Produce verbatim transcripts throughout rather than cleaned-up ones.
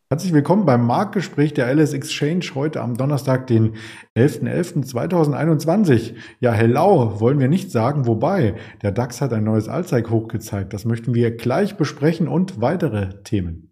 Herzlich willkommen beim Marktgespräch der L S Exchange heute am Donnerstag, den elften elften zweitausendeinundzwanzig. Ja, hello, wollen wir nicht sagen, wobei der DAX hat ein neues Allzeithoch gezeigt. Das möchten wir gleich besprechen und weitere Themen.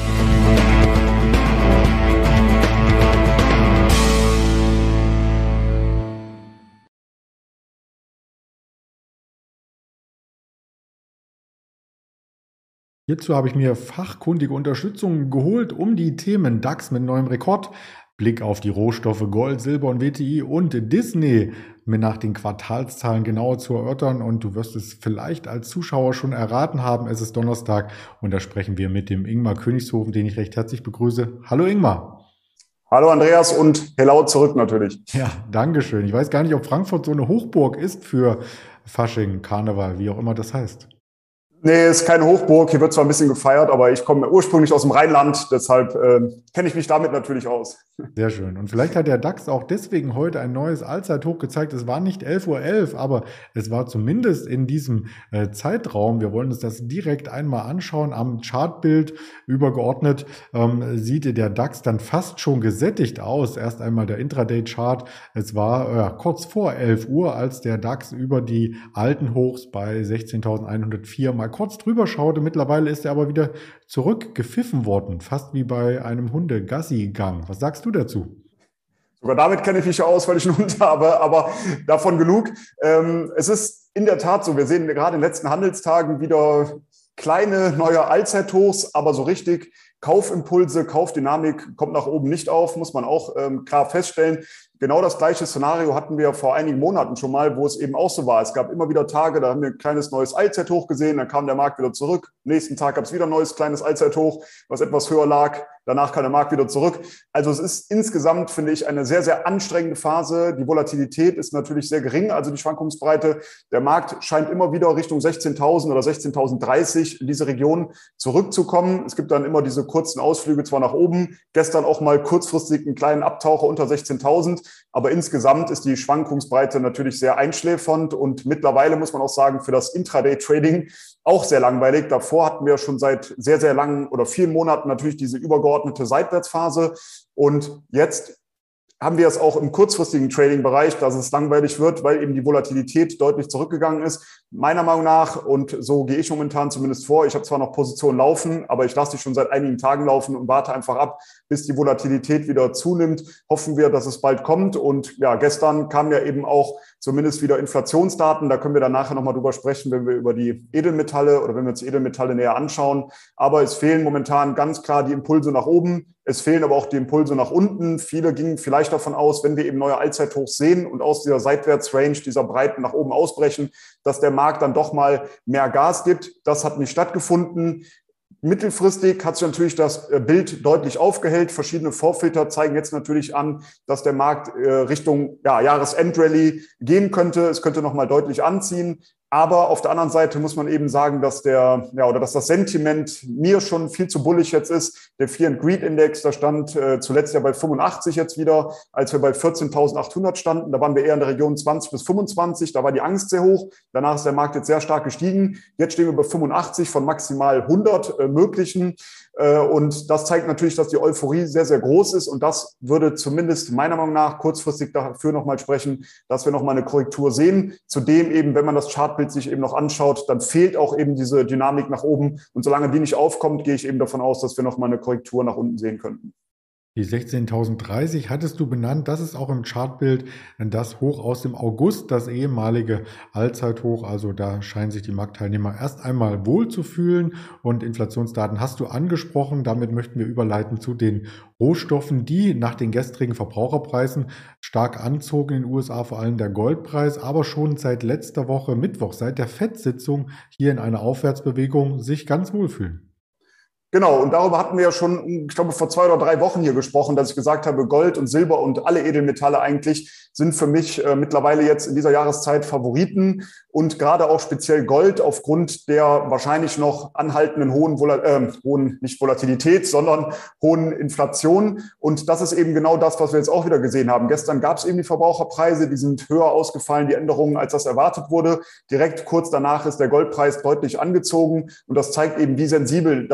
Hierzu habe ich mir fachkundige Unterstützung geholt, um die Themen DAX mit neuem Rekord, Blick auf die Rohstoffe Gold, Silber und W T I und Disney mir nach den Quartalszahlen genauer zu erörtern. Und du wirst es vielleicht als Zuschauer schon erraten haben, es ist Donnerstag und da sprechen wir mit dem Ingmar Königshofen, den ich recht herzlich begrüße. Hallo Ingmar. Hallo Andreas und hello zurück natürlich. Ja, dankeschön. Ich weiß gar nicht, ob Frankfurt so eine Hochburg ist für Fasching, Karneval, wie auch immer das heißt. Nee, ist keine Hochburg. Hier wird zwar ein bisschen gefeiert, aber ich komme ursprünglich aus dem Rheinland, deshalb äh, kenne ich mich damit natürlich aus. Sehr schön. Und vielleicht hat der DAX auch deswegen heute ein neues Allzeithoch gezeigt. Es war nicht elf Uhr elf, aber es war zumindest in diesem äh, Zeitraum. Wir wollen uns das direkt einmal anschauen. Am Chartbild übergeordnet ähm, sieht der DAX dann fast schon gesättigt aus. Erst einmal der Intraday-Chart. Es war äh, kurz vor elf Uhr, als der DAX über die alten Hochs bei sechzehntausendeinhundertvier mal kurz drüber schaute. Mittlerweile ist er aber wieder zurückgepfiffen worden, fast wie bei einem Hunde-Gassi-Gang. Was sagst du dazu? Sogar damit kenne ich mich ja aus, weil ich einen Hund habe, aber davon genug. Ähm, es ist in der Tat so, wir sehen gerade in den letzten Handelstagen wieder kleine neue Allzeithochs, aber so richtig Kaufimpulse, Kaufdynamik kommt nach oben nicht auf, muss man auch ähm, klar feststellen. Genau das gleiche Szenario hatten wir vor einigen Monaten schon mal, wo es eben auch so war. Es gab immer wieder Tage, da haben wir ein kleines neues Allzeithoch gesehen, dann kam der Markt wieder zurück. Nächsten Tag gab es wieder ein neues kleines Allzeithoch, was etwas höher lag. Danach kam der Markt wieder zurück. Also es ist insgesamt, finde ich, eine sehr, sehr anstrengende Phase. Die Volatilität ist natürlich sehr gering, also die Schwankungsbreite. Der Markt scheint immer wieder Richtung sechzehntausend oder sechzehntausenddreißig in diese Region zurückzukommen. Es gibt dann immer diese kurzen Ausflüge zwar nach oben, gestern auch mal kurzfristig einen kleinen Abtaucher unter sechzehntausend, aber insgesamt ist die Schwankungsbreite natürlich sehr einschläfernd und mittlerweile muss man auch sagen, für das Intraday-Trading auch sehr langweilig. Davor hatten wir schon seit sehr, sehr langen oder vielen Monaten natürlich diese übergeordnete Seitwärtsphase. Und jetzt haben wir es auch im kurzfristigen Trading-Bereich, dass es langweilig wird, weil eben die Volatilität deutlich zurückgegangen ist. Meiner Meinung nach, und so gehe ich momentan zumindest vor, ich habe zwar noch Positionen laufen, aber ich lasse die schon seit einigen Tagen laufen und warte einfach ab, bis die Volatilität wieder zunimmt. Hoffen wir, dass es bald kommt. Und ja, gestern kamen ja eben auch zumindest wieder Inflationsdaten. Da können wir dann nachher nochmal drüber sprechen, wenn wir über die Edelmetalle oder wenn wir uns Edelmetalle näher anschauen. Aber es fehlen momentan ganz klar die Impulse nach oben. Es fehlen aber auch die Impulse nach unten. Viele gingen vielleicht davon aus, wenn wir eben neue Allzeithochs sehen und aus dieser Seitwärtsrange, dieser Breiten nach oben ausbrechen, dass der Markt dann doch mal mehr Gas gibt. Das hat nicht stattgefunden. Mittelfristig hat sich natürlich das Bild deutlich aufgehellt. Verschiedene Vorfilter zeigen jetzt natürlich an, dass der Markt Richtung ja, Jahresendrallye gehen könnte. Es könnte nochmal deutlich anziehen. Aber auf der anderen Seite muss man eben sagen, dass der, ja, oder dass das Sentiment mir schon viel zu bullig jetzt ist. Der Fear and Greed Index, da stand äh, zuletzt ja bei fünfundachtzig jetzt wieder, als wir bei vierzehntausendachthundert standen. Da waren wir eher in der Region zwanzig bis fünfundzwanzig. Da war die Angst sehr hoch. Danach ist der Markt jetzt sehr stark gestiegen. Jetzt stehen wir bei fünfundachtzig von maximal hundert äh, möglichen. Äh, und das zeigt natürlich, dass die Euphorie sehr, sehr groß ist. Und das würde zumindest meiner Meinung nach kurzfristig dafür nochmal sprechen, dass wir nochmal eine Korrektur sehen. Zudem eben, wenn man das Chartbild sich eben noch anschaut, dann fehlt auch eben diese Dynamik nach oben. Und solange die nicht aufkommt, gehe ich eben davon aus, dass wir nochmal eine Korrektur nach unten sehen könnten. Die sechzehntausenddreißig hattest du benannt. Das ist auch im Chartbild das Hoch aus dem August, das ehemalige Allzeithoch. Also da scheinen sich die Marktteilnehmer erst einmal wohl zu fühlen. Und Inflationsdaten hast du angesprochen. Damit möchten wir überleiten zu den Rohstoffen, die nach den gestrigen Verbraucherpreisen stark anzogen in den U S A, vor allem der Goldpreis, aber schon seit letzter Woche Mittwoch, seit der Fed-Sitzung hier in einer Aufwärtsbewegung sich ganz wohlfühlen. Genau, und darüber hatten wir ja schon, ich glaube, vor zwei oder drei Wochen hier gesprochen, dass ich gesagt habe, Gold und Silber und alle Edelmetalle eigentlich sind für mich äh, mittlerweile jetzt in dieser Jahreszeit Favoriten und gerade auch speziell Gold aufgrund der wahrscheinlich noch anhaltenden hohen, Vol äh, hohen nicht Volatilität, sondern hohen Inflation. Und das ist eben genau das, was wir jetzt auch wieder gesehen haben. Gestern gab es eben die Verbraucherpreise, die sind höher ausgefallen, die Änderungen, als das erwartet wurde. Direkt kurz danach ist der Goldpreis deutlich angezogen und das zeigt eben, wie sensibel das oder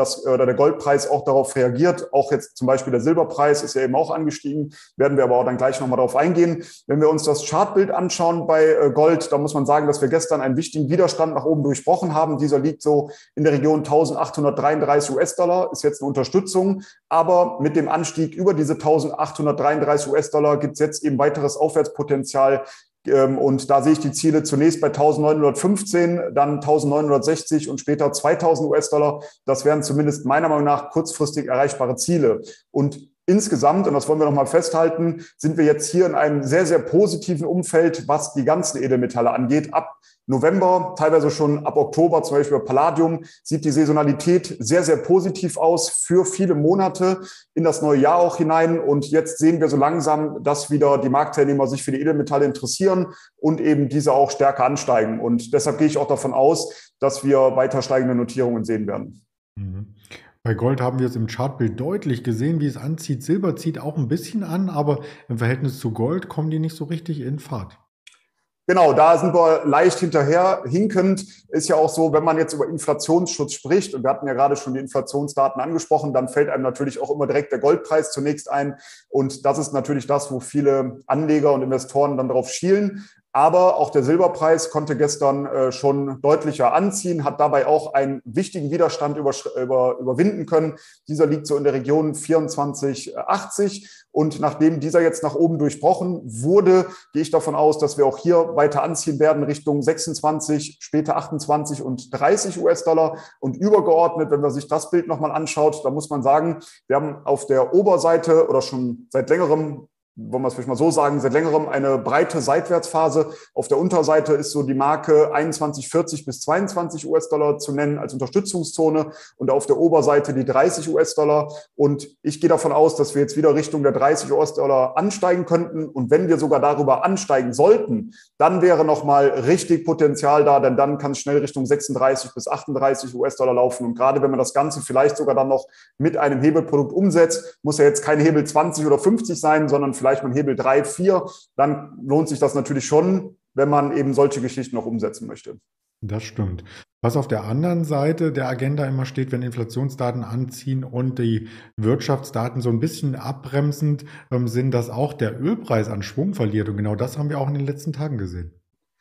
der Goldpreis auch darauf reagiert. Auch jetzt zum Beispiel der Silberpreis ist ja eben auch angestiegen, werden wir aber auch dann gleich nochmal darauf eingehen. Wenn wir uns das Chartbild anschauen bei Gold, da muss man sagen, dass wir gestern einen wichtigen Widerstand nach oben durchbrochen haben. Dieser liegt so in der Region eintausendachthundertdreiunddreißig US-Dollar, ist jetzt eine Unterstützung. Aber mit dem Anstieg über diese eintausendachthundertdreiunddreißig US-Dollar gibt es jetzt eben weiteres Aufwärtspotenzial. Und da sehe ich die Ziele zunächst bei eintausendneunhundertfünfzehn, dann eintausendneunhundertsechzig und später zweitausend US-Dollar. Das wären zumindest meiner Meinung nach kurzfristig erreichbare Ziele. Und insgesamt, und das wollen wir nochmal festhalten, sind wir jetzt hier in einem sehr, sehr positiven Umfeld, was die ganzen Edelmetalle angeht. Ab November, teilweise schon ab Oktober, zum Beispiel bei Palladium, sieht die Saisonalität sehr, sehr positiv aus für viele Monate in das neue Jahr auch hinein. Und jetzt sehen wir so langsam, dass wieder die Marktteilnehmer sich für die Edelmetalle interessieren und eben diese auch stärker ansteigen. Und deshalb gehe ich auch davon aus, dass wir weiter steigende Notierungen sehen werden. Mhm. Bei Gold haben wir es im Chartbild deutlich gesehen, wie es anzieht. Silber zieht auch ein bisschen an, aber im Verhältnis zu Gold kommen die nicht so richtig in Fahrt. Genau, da sind wir leicht hinterher hinkend. Ist ja auch so, wenn man jetzt über Inflationsschutz spricht, und wir hatten ja gerade schon die Inflationsdaten angesprochen, dann fällt einem natürlich auch immer direkt der Goldpreis zunächst ein. Und das ist natürlich das, wo viele Anleger und Investoren dann darauf schielen. Aber auch der Silberpreis konnte gestern äh, schon deutlicher anziehen, hat dabei auch einen wichtigen Widerstand über, über, überwinden können. Dieser liegt so in der Region vierundzwanzig achtzig. Und nachdem dieser jetzt nach oben durchbrochen wurde, gehe ich davon aus, dass wir auch hier weiter anziehen werden Richtung sechsundzwanzig, später achtundzwanzig und dreißig US-Dollar. Und übergeordnet, wenn man sich das Bild nochmal anschaut, da muss man sagen, wir haben auf der Oberseite oder schon seit längerem, wollen wir es vielleicht mal so sagen, seit längerem eine breite Seitwärtsphase. Auf der Unterseite ist so die Marke einundzwanzig vierzig bis zweiundzwanzig US-Dollar zu nennen als Unterstützungszone und auf der Oberseite die dreißig US-Dollar. Und ich gehe davon aus, dass wir jetzt wieder Richtung der dreißig US-Dollar ansteigen könnten. Und wenn wir sogar darüber ansteigen sollten, dann wäre nochmal richtig Potenzial da, denn dann kann es schnell Richtung sechsunddreißig bis achtunddreißig US-Dollar laufen. Und gerade wenn man das Ganze vielleicht sogar dann noch mit einem Hebelprodukt umsetzt, muss ja jetzt kein Hebel zwanzig oder fünfzig sein, sondern vielleicht mal Hebel drei, vier, dann lohnt sich das natürlich schon, wenn man eben solche Geschichten noch umsetzen möchte. Das stimmt. Was auf der anderen Seite der Agenda immer steht, wenn Inflationsdaten anziehen und die Wirtschaftsdaten so ein bisschen abbremsend ähm, sind, dass auch der Ölpreis an Schwung verliert. Und genau das haben wir auch in den letzten Tagen gesehen.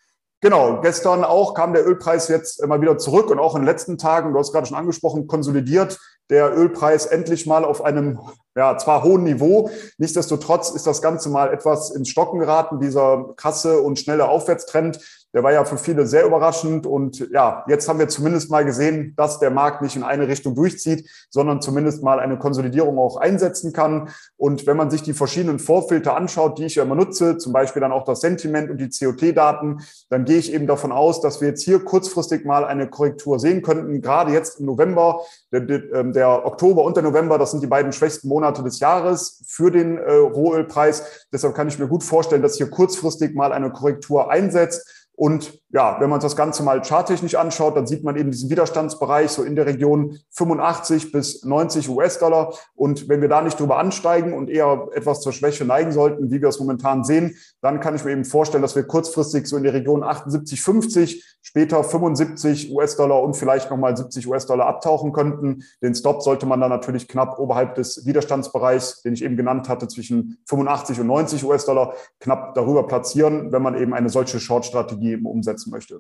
Genau, gestern auch kam der Ölpreis jetzt mal wieder zurück und auch in den letzten Tagen, du hast gerade schon angesprochen, konsolidiert der Ölpreis endlich mal auf einem, ja, zwar hohen Niveau. Nichtsdestotrotz ist das Ganze mal etwas ins Stocken geraten, dieser krasse und schnelle Aufwärtstrend. Der war ja für viele sehr überraschend und ja, jetzt haben wir zumindest mal gesehen, dass der Markt nicht in eine Richtung durchzieht, sondern zumindest mal eine Konsolidierung auch einsetzen kann. Und wenn man sich die verschiedenen Vorfilter anschaut, die ich ja immer nutze, zum Beispiel dann auch das Sentiment und die C O T-Daten, dann gehe ich eben davon aus, dass wir jetzt hier kurzfristig mal eine Korrektur sehen könnten. Gerade jetzt im November, der, der Oktober und der November, das sind die beiden schwächsten Monate des Jahres für den äh, Rohölpreis. Deshalb kann ich mir gut vorstellen, dass hier kurzfristig mal eine Korrektur einsetzt. Und ja, wenn man das Ganze mal charttechnisch anschaut, dann sieht man eben diesen Widerstandsbereich so in der Region fünfundachtzig bis neunzig US-Dollar. Und wenn wir da nicht drüber ansteigen und eher etwas zur Schwäche neigen sollten, wie wir es momentan sehen, dann kann ich mir eben vorstellen, dass wir kurzfristig so in der Region achtundsiebzig, fünfzig, später fünfundsiebzig US-Dollar und vielleicht nochmal siebzig US-Dollar abtauchen könnten. Den Stop sollte man dann natürlich knapp oberhalb des Widerstandsbereichs, den ich eben genannt hatte, zwischen fünfundachtzig und neunzig US-Dollar, knapp darüber platzieren, wenn man eben eine solche Short-Strategie umsetzen möchte.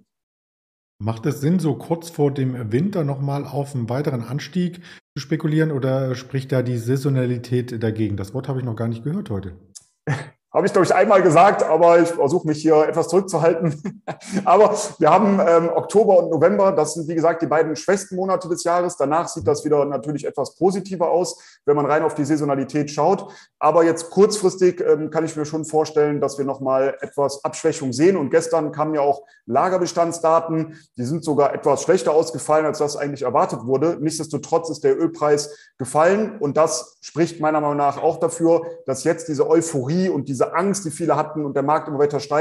Macht es Sinn, so kurz vor dem Winter nochmal auf einen weiteren Anstieg zu spekulieren oder spricht da die Saisonalität dagegen? Das Wort habe ich noch gar nicht gehört heute. Habe ich, glaube ich, einmal gesagt, aber ich versuche mich hier etwas zurückzuhalten. Aber wir haben ähm, Oktober und November, das sind, wie gesagt, die beiden schwächsten Monate des Jahres. Danach sieht das wieder natürlich etwas positiver aus, wenn man rein auf die Saisonalität schaut. Aber jetzt kurzfristig ähm, kann ich mir schon vorstellen, dass wir nochmal etwas Abschwächung sehen. Und gestern kamen ja auch Lagerbestandsdaten. Die sind sogar etwas schlechter ausgefallen, als das eigentlich erwartet wurde. Nichtsdestotrotz ist der Ölpreis gefallen. Und das spricht meiner Meinung nach auch dafür, dass jetzt diese Euphorie und diese Angst, die viele hatten und der Markt immer weiter steigt,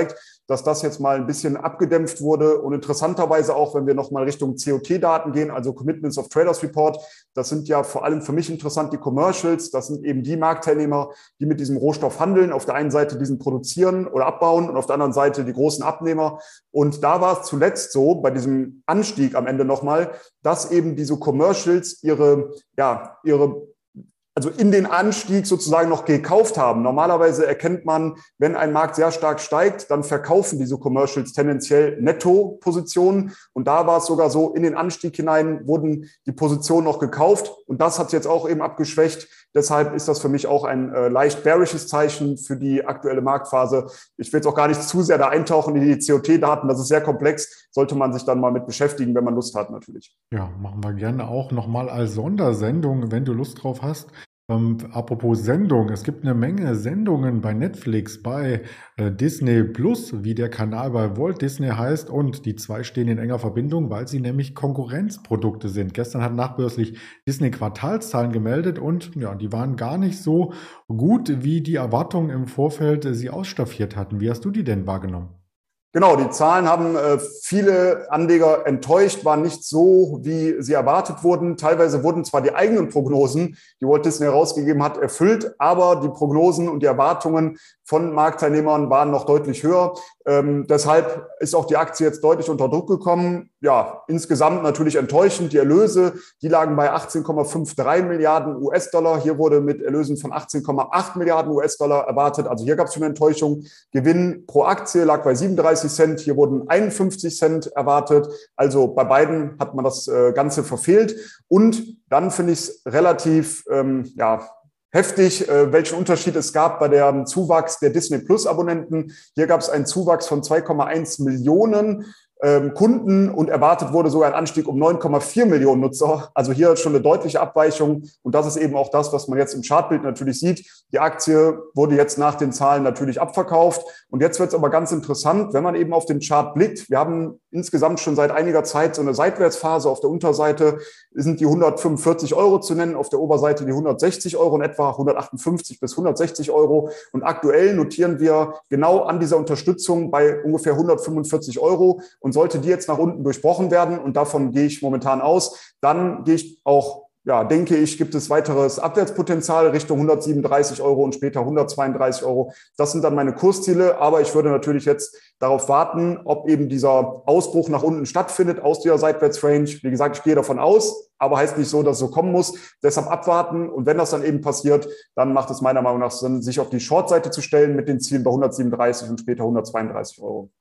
dass das jetzt mal ein bisschen abgedämpft wurde. Und interessanterweise auch, wenn wir nochmal Richtung C O T-Daten gehen, also Commitments of Traders Report, das sind ja vor allem für mich interessant die Commercials. Das sind eben die Marktteilnehmer, die mit diesem Rohstoff handeln. Auf der einen Seite diesen produzieren oder abbauen und auf der anderen Seite die großen Abnehmer. Und da war es zuletzt so, bei diesem Anstieg am Ende nochmal, dass eben diese Commercials ihre, ja, ihre also in den Anstieg sozusagen noch gekauft haben. Normalerweise erkennt man, wenn ein Markt sehr stark steigt, dann verkaufen diese Commercials tendenziell Netto-Positionen. Und da war es sogar so, in den Anstieg hinein wurden die Positionen noch gekauft. Und das hat jetzt auch eben abgeschwächt. Deshalb ist das für mich auch ein äh, leicht bearishes Zeichen für die aktuelle Marktphase. Ich will jetzt auch gar nicht zu sehr da eintauchen in die C O T-Daten. Das ist sehr komplex. Sollte man sich dann mal mit beschäftigen, wenn man Lust hat natürlich. Ja, machen wir gerne auch nochmal als Sondersendung, wenn du Lust drauf hast. Ähm, apropos Sendung, es gibt eine Menge Sendungen bei Netflix, bei äh, Disney Plus, wie der Kanal bei Walt Disney heißt, und die zwei stehen in enger Verbindung, weil sie nämlich Konkurrenzprodukte sind. Gestern hat nachbörslich Disney Quartalszahlen gemeldet und ja, die waren gar nicht so gut, wie die Erwartungen im Vorfeld äh, sie ausstaffiert hatten. Wie hast du die denn wahrgenommen? Genau, die Zahlen haben äh, viele Anleger enttäuscht, waren nicht so, wie sie erwartet wurden. Teilweise wurden zwar die eigenen Prognosen, die Walt Disney herausgegeben hat, erfüllt, aber die Prognosen und die Erwartungen von Marktteilnehmern waren noch deutlich höher. Ähm, deshalb ist auch die Aktie jetzt deutlich unter Druck gekommen. Ja, insgesamt natürlich enttäuschend. Die Erlöse, die lagen bei achtzehn Komma dreiundfünfzig Milliarden U S-Dollar. Hier wurde mit Erlösen von achtzehn Komma acht Milliarden U S-Dollar erwartet. Also hier gab es schon eine Enttäuschung. Gewinn pro Aktie lag bei siebenunddreißig Cent. Hier wurden einundfünfzig Cent erwartet. Also bei beiden hat man das äh, Ganze verfehlt. Und dann finde ich es relativ, ähm, ja, heftig, äh, welchen Unterschied es gab bei dem Zuwachs der Disney Plus Abonnenten. Hier gab es einen Zuwachs von zwei Komma eins Millionen ähm, Kunden und erwartet wurde sogar ein Anstieg um neun Komma vier Millionen Nutzer. Also hier schon eine deutliche Abweichung. Und das ist eben auch das, was man jetzt im Chartbild natürlich sieht. Die Aktie wurde jetzt nach den Zahlen natürlich abverkauft. Und jetzt wird es aber ganz interessant, wenn man eben auf den Chart blickt. Wir haben insgesamt schon seit einiger Zeit so eine Seitwärtsphase. Auf der Unterseite sind die hundertfünfundvierzig Euro zu nennen, auf der Oberseite die hundertsechzig Euro in etwa, hundertachtundfünfzig bis hundertsechzig Euro. Und aktuell notieren wir genau an dieser Unterstützung bei ungefähr hundertfünfundvierzig Euro. Und sollte die jetzt nach unten durchbrochen werden, und davon gehe ich momentan aus, dann gehe ich auch, ja, denke ich, gibt es weiteres Abwärtspotenzial Richtung hundertsiebenunddreißig Euro und später hundertzweiunddreißig Euro. Das sind dann meine Kursziele, aber ich würde natürlich jetzt darauf warten, ob eben dieser Ausbruch nach unten stattfindet aus dieser Seitwärtsrange. Wie gesagt, ich gehe davon aus, aber heißt nicht so, dass es so kommen muss. Deshalb abwarten, und wenn das dann eben passiert, dann macht es meiner Meinung nach Sinn, sich auf die Short-Seite zu stellen mit den Zielen bei hundertsiebenunddreißig und später hundertzweiunddreißig Euro.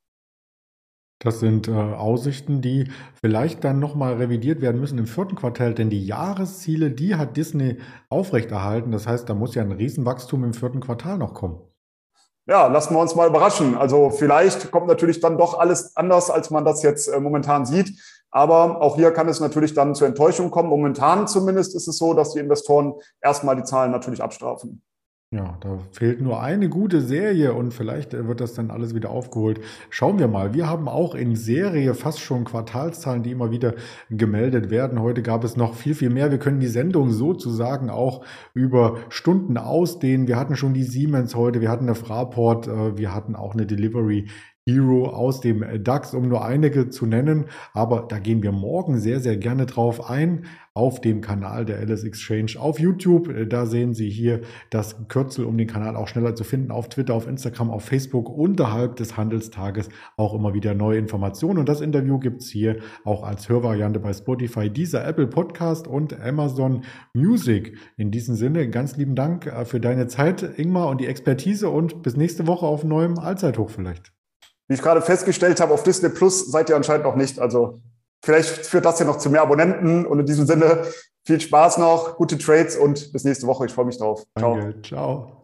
Das sind äh, Aussichten, die vielleicht dann nochmal revidiert werden müssen im vierten Quartal, denn die Jahresziele, die hat Disney aufrechterhalten. Das heißt, da muss ja ein Riesenwachstum im vierten Quartal noch kommen. Ja, lassen wir uns mal überraschen. Also vielleicht kommt natürlich dann doch alles anders, als man das jetzt äh, momentan sieht. Aber auch hier kann es natürlich dann zur Enttäuschung kommen. Momentan zumindest ist es so, dass die Investoren erstmal die Zahlen natürlich abstrafen. Ja, da fehlt nur eine gute Serie und vielleicht wird das dann alles wieder aufgeholt. Schauen wir mal. Wir haben auch in Serie fast schon Quartalszahlen, die immer wieder gemeldet werden. Heute gab es noch viel, viel mehr. Wir können die Sendung sozusagen auch über Stunden ausdehnen. Wir hatten schon die Siemens heute, wir hatten eine Fraport, wir hatten auch eine Delivery Hero aus dem DAX, um nur einige zu nennen. Aber da gehen wir morgen sehr, sehr gerne drauf ein auf dem Kanal der Alice Exchange auf YouTube. Da sehen Sie hier das Kürzel, um den Kanal auch schneller zu finden, auf Twitter, auf Instagram, auf Facebook, unterhalb des Handelstages auch immer wieder neue Informationen. Und das Interview gibt es hier auch als Hörvariante bei Spotify, dieser Apple Podcast und Amazon Music. In diesem Sinne, ganz lieben Dank für deine Zeit, Ingmar, und die Expertise, und bis nächste Woche auf neuem Allzeithoch vielleicht. Wie ich gerade festgestellt habe, auf Disney Plus seid ihr anscheinend noch nicht. Also vielleicht führt das ja noch zu mehr Abonnenten. Und in diesem Sinne viel Spaß noch, gute Trades und bis nächste Woche. Ich freue mich drauf. Ciao. Danke, ciao.